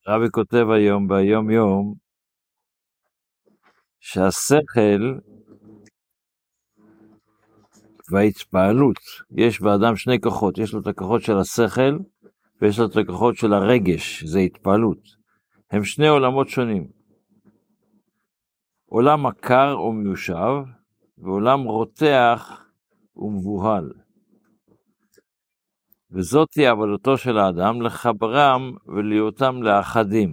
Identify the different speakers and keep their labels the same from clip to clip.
Speaker 1: רבי כותב היום ביום יום שהשכל וההתפעלות, יש באדם שני כוחות, יש לו את הכוחות של השכל ויש לו את הכוחות של הרגש, זה התפעלות. הם שני עולמות שונים. עולם עקר ומיושב ועולם רותח ומבוהל. וזאת היא עבודתו של האדם לחברם ולהיותם לאחדים.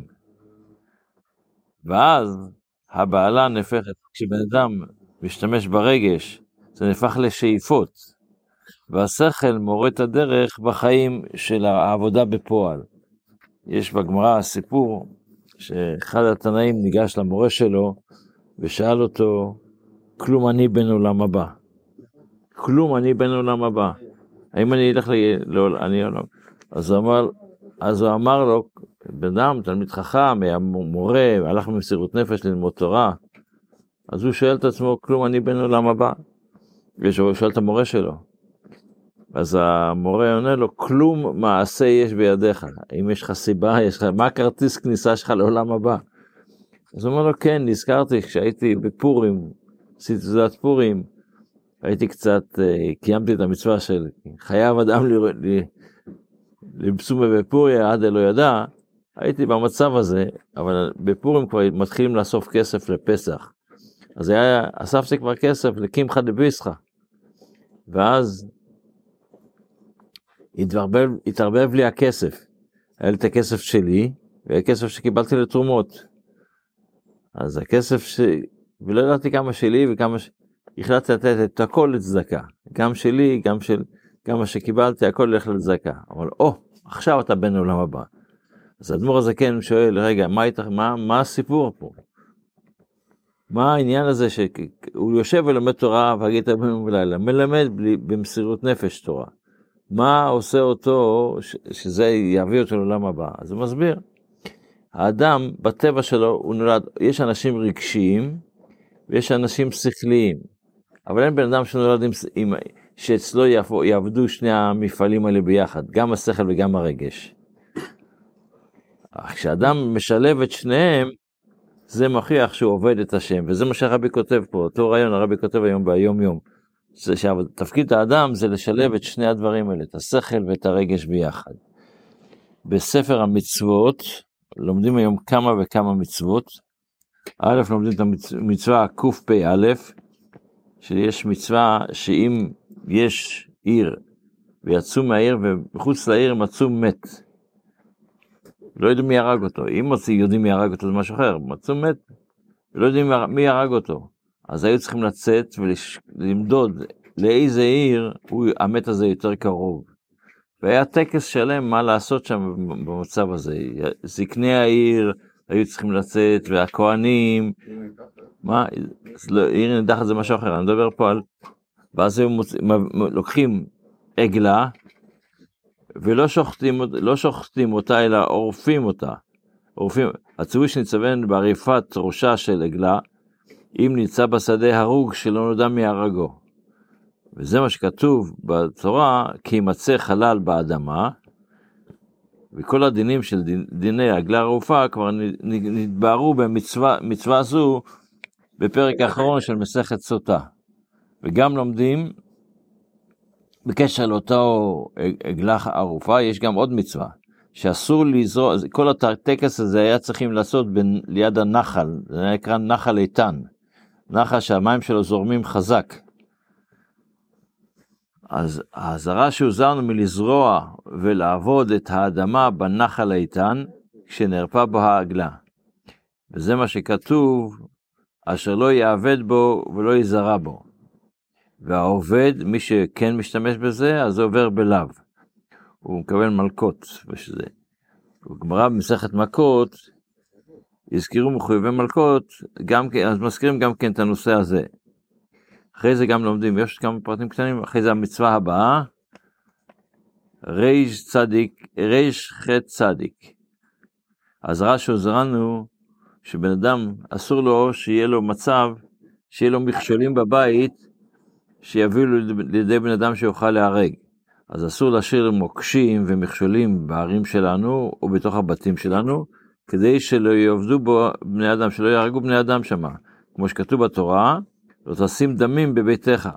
Speaker 1: ואז הבעלה נפחת, כשבן אדם משתמש ברגש, זה נפח לשאיפות, והשכל מורה את הדרך בחיים של העבודה בפועל. יש בגמרא סיפור שאחד התנאים ניגש למורה שלו ושאל אותו, כלום אני בן עולם הבא. כלום אני בן עולם הבא. האם אני אלך אני עולם? אז הוא אמר לו, בן אדם, תלמיד חכם, מורה, הלך במסירות נפש ללמוד תורה, אז הוא שואל את עצמו, כלום אני בן עולם הבא. הוא שואל את המורה שלו. אז המורה עונה לו, כלום מעשה יש בידיך. אם יש לך סיבה, מה הכרטיס כניסה שלך לעולם הבא? אז הוא אומר לו, כן, נזכרתי, כשהייתי בפורים, עשיתי תעודת פורים, הייתי קצת, קיימתי את המצווה של חייב אדם לבשום בפוריה, עד לא ידע, הייתי במצב הזה, אבל בפורים כבר מתחילים לאסוף כסף לפסח. אז אספתי כבר כסף לקמחא דפסחא. ואז התערבב לי הכסף. היה לי את הכסף שלי, והכסף שקיבלתי לתרומות. אז הכסף ולא ידעתי כמה שלי וכמה החלטתי לתת את הכל לצדקה. גם שלי, גם מה שקיבלתי, הכל הולך לצדקה. אבל עכשיו אתה בן עולם הבא. אז האדמו"ר הזקן שואל, רגע, מה הסיפור פה? מה העניין הזה שהוא יושב ולמד תורה והגית ביום ולילה, מלמד במסירות נפש תורה. מה עושה אותו שזה יביא אותו לעולם הבא? אז הוא מסביר. האדם בטבע שלו הוא נולד, יש אנשים רגשיים ויש אנשים שכליים. אבל אין בן אדם שנולד שאצלו יעבדו שני המפעלים האלה ביחד, גם השכל וגם הרגש. כשאדם משלב את שניהם, זה מוכיח שהוא עובד את השם, וזה מה שהרבי כותב פה, אותו רעיון הרבי כותב היום ביום יום, שתפקיד האדם זה לשלב את שני הדברים האלה, את השכל ואת הרגש ביחד. בספר המצוות, לומדים היום כמה וכמה מצוות, א' לומדים את המצווה קפ"א, שיש מצווה שאם יש עיר, ויצאו מהעיר ובחוץ לעיר מצאו מת, לא יודעים מי הרג אותו. אם יודעים מי הרג אותו זה משהו אחר, מצאו מת, ולא יודעים מי הרג אותו. אז היו צריכים לצאת ולמדוד לאיזה עיר המת הזה יותר קרוב. והיה טקס שלם מה לעשות שם במצב הזה. זקני העיר היו צריכים לצאת, והכהנים, עיר נידחת זה משהו אחר, אני מדבר פה על, ואז הם לוקחים עגלה, ולא שוחטים אותה, אלא עורפים אותה. הציווי שנצוון בעריפת ראשה של עגלה, אם נמצא בשדה הרוג שלא נודע מי הרגו. וזה מה שכתוב בתורה, כי יימצא חלל באדמה, וכל הדינים של דיני העגלה הערופה כבר נתבהרו במצווה זו, בפרק האחרון של מסכת סוטה. וגם לומדים, בקשר לאותו עגלה ערופה, יש גם עוד מצווה, שאסור לזרוע, כל הטקס הזה היה צריכים לעשות ליד הנחל, זה נקרא נחל איתן, נחל שהמים שלו זורמים חזק. אז ההזרה שהוזרנו מלזרוע ולעבוד את האדמה בנחל איתן, כשנרפא בו העגלה. וזה מה שכתוב, אשר לא יעבד בו ולא יזרע בו. והעובד, מי שכן משתמש בזה, אז זה עובר בלב. הוא מקבל מלכות. ושזה. בגמרא במסכת מכות, הזכירו מחויבי מלכות, אז מזכירים גם כן את הנושא הזה. אחרי זה גם לומדים, יש כמה פרטים קטנים, אחרי זה המצווה הבאה, ריש ח' צדיק. אז רש"י עוזרנו, שבן אדם אסור לו שיהיה לו מצב, שיהיה לו מכשולים בבית, שיביאו לידי בן אדם שיוכל להרג. אז אסור להשאיר מוקשים ומכשולים בערים שלנו, או בתוך הבתים שלנו, כדי שלא יעבדו בו בני אדם, שלא יהרגו בני אדם שמה. כמו שכתוב בתורה, לא תשים דמים בביתך.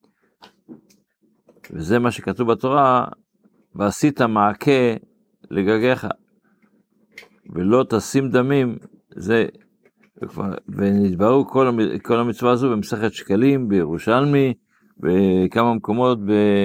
Speaker 1: וזה מה שכתוב בתורה, ועשית מעקה לגגיך. ולא תשים דמים, זה, ונתבררו כל המצווה הזו במסכת שקלים, בירושלמי, בכמה מקומות,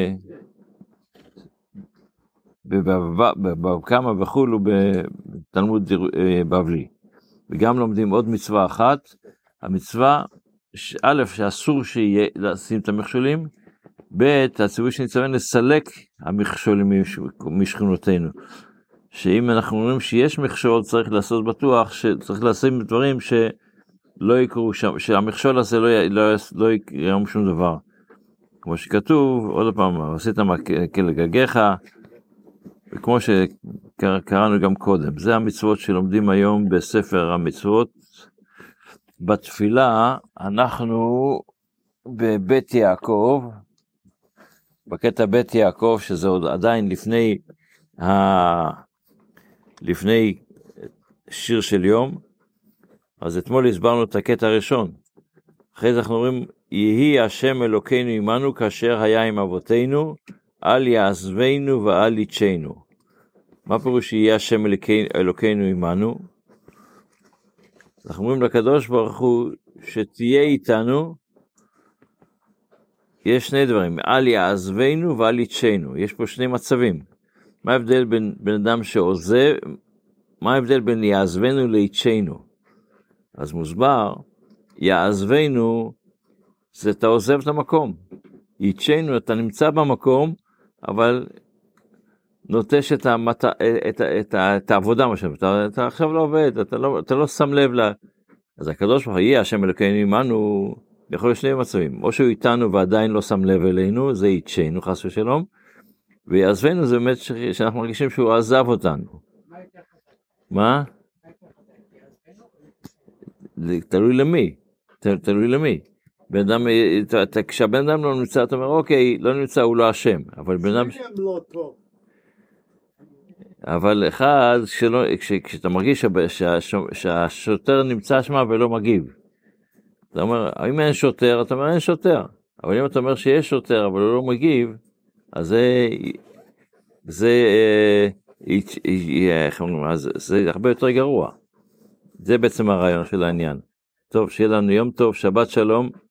Speaker 1: בכמה וכולו בתלמוד בבלי. וגם לומדים עוד מצווה אחת, המצווה, א', שאסור שיהיה לשים את המכשולים, ב', הציווי שנצטווה לסלק המכשולים משכנותינו. שאם אנחנו אומרים שיש מכשול, צריך לעשות בטוח, שצריך לשים דברים שלא יקרו שם, שהמכשול הזה לא יקרה שום דבר. כמו שכתוב, עוד פעם, עשית מעקה לגגיך, וכמו שקראנו גם קודם, זה המצוות שלומדים היום בספר המצוות. בתפילה אנחנו בבית יעקב, בקטע בית יעקב, שזה עוד עדיין לפני שיר של יום. אז אתמול הסברנו את הקטע הראשון. אחרי זה אנחנו אומרים, יהי השם אלוקינו עמנו כאשר היה עם אבותינו, אל יעזבנו ואל יצ'נו. מה פירוש יהיה השם אלוקינו עמנו? אנחנו אומרים לקדוש ברוך הוא שתהיה איתנו. יש שני דברים, אל יעזבנו ואל יצ'נו. יש פה שני מצבים. מה ההבדל בין אדם שעוזב, מה ההבדל בין יעזבנו ליצ'נו? אז מוסבר, יעזבנו זה אתה עוזב את המקום. יצ'נו אתה נמצא במקום, אבל נוטש את העבודה, אתה עכשיו לא עובד, אתה לא שם לב אז הקדוש ברוך הוא, יהיה השם אלוקינו עמנו, יכול להיות שני מצבים, או שהוא איתנו ועדיין לא שם לב אלינו, זה יצ'נו חס ושלום, ויעזבנו זה באמת שאנחנו מרגישים שהוא עזב אותנו. מה? תלוי למי, תלוי למי. כשהבן אדם לא נמצא, אתה אומר, אוקיי, לא נמצא, הוא לא השם, אבל בן אדם... אבל אחד, כשאתה מרגיש שהשוטר נמצא שם ולא מגיב, אתה אומר, אם אין שוטר, אתה אומר, אין שוטר. אבל אם אתה אומר שיש שוטר, אבל הוא לא מגיב, אז זה הרבה יותר גרוע. זה בעצם הרעיון של העניין. טוב, שיהיה לנו יום טוב, שבת שלום.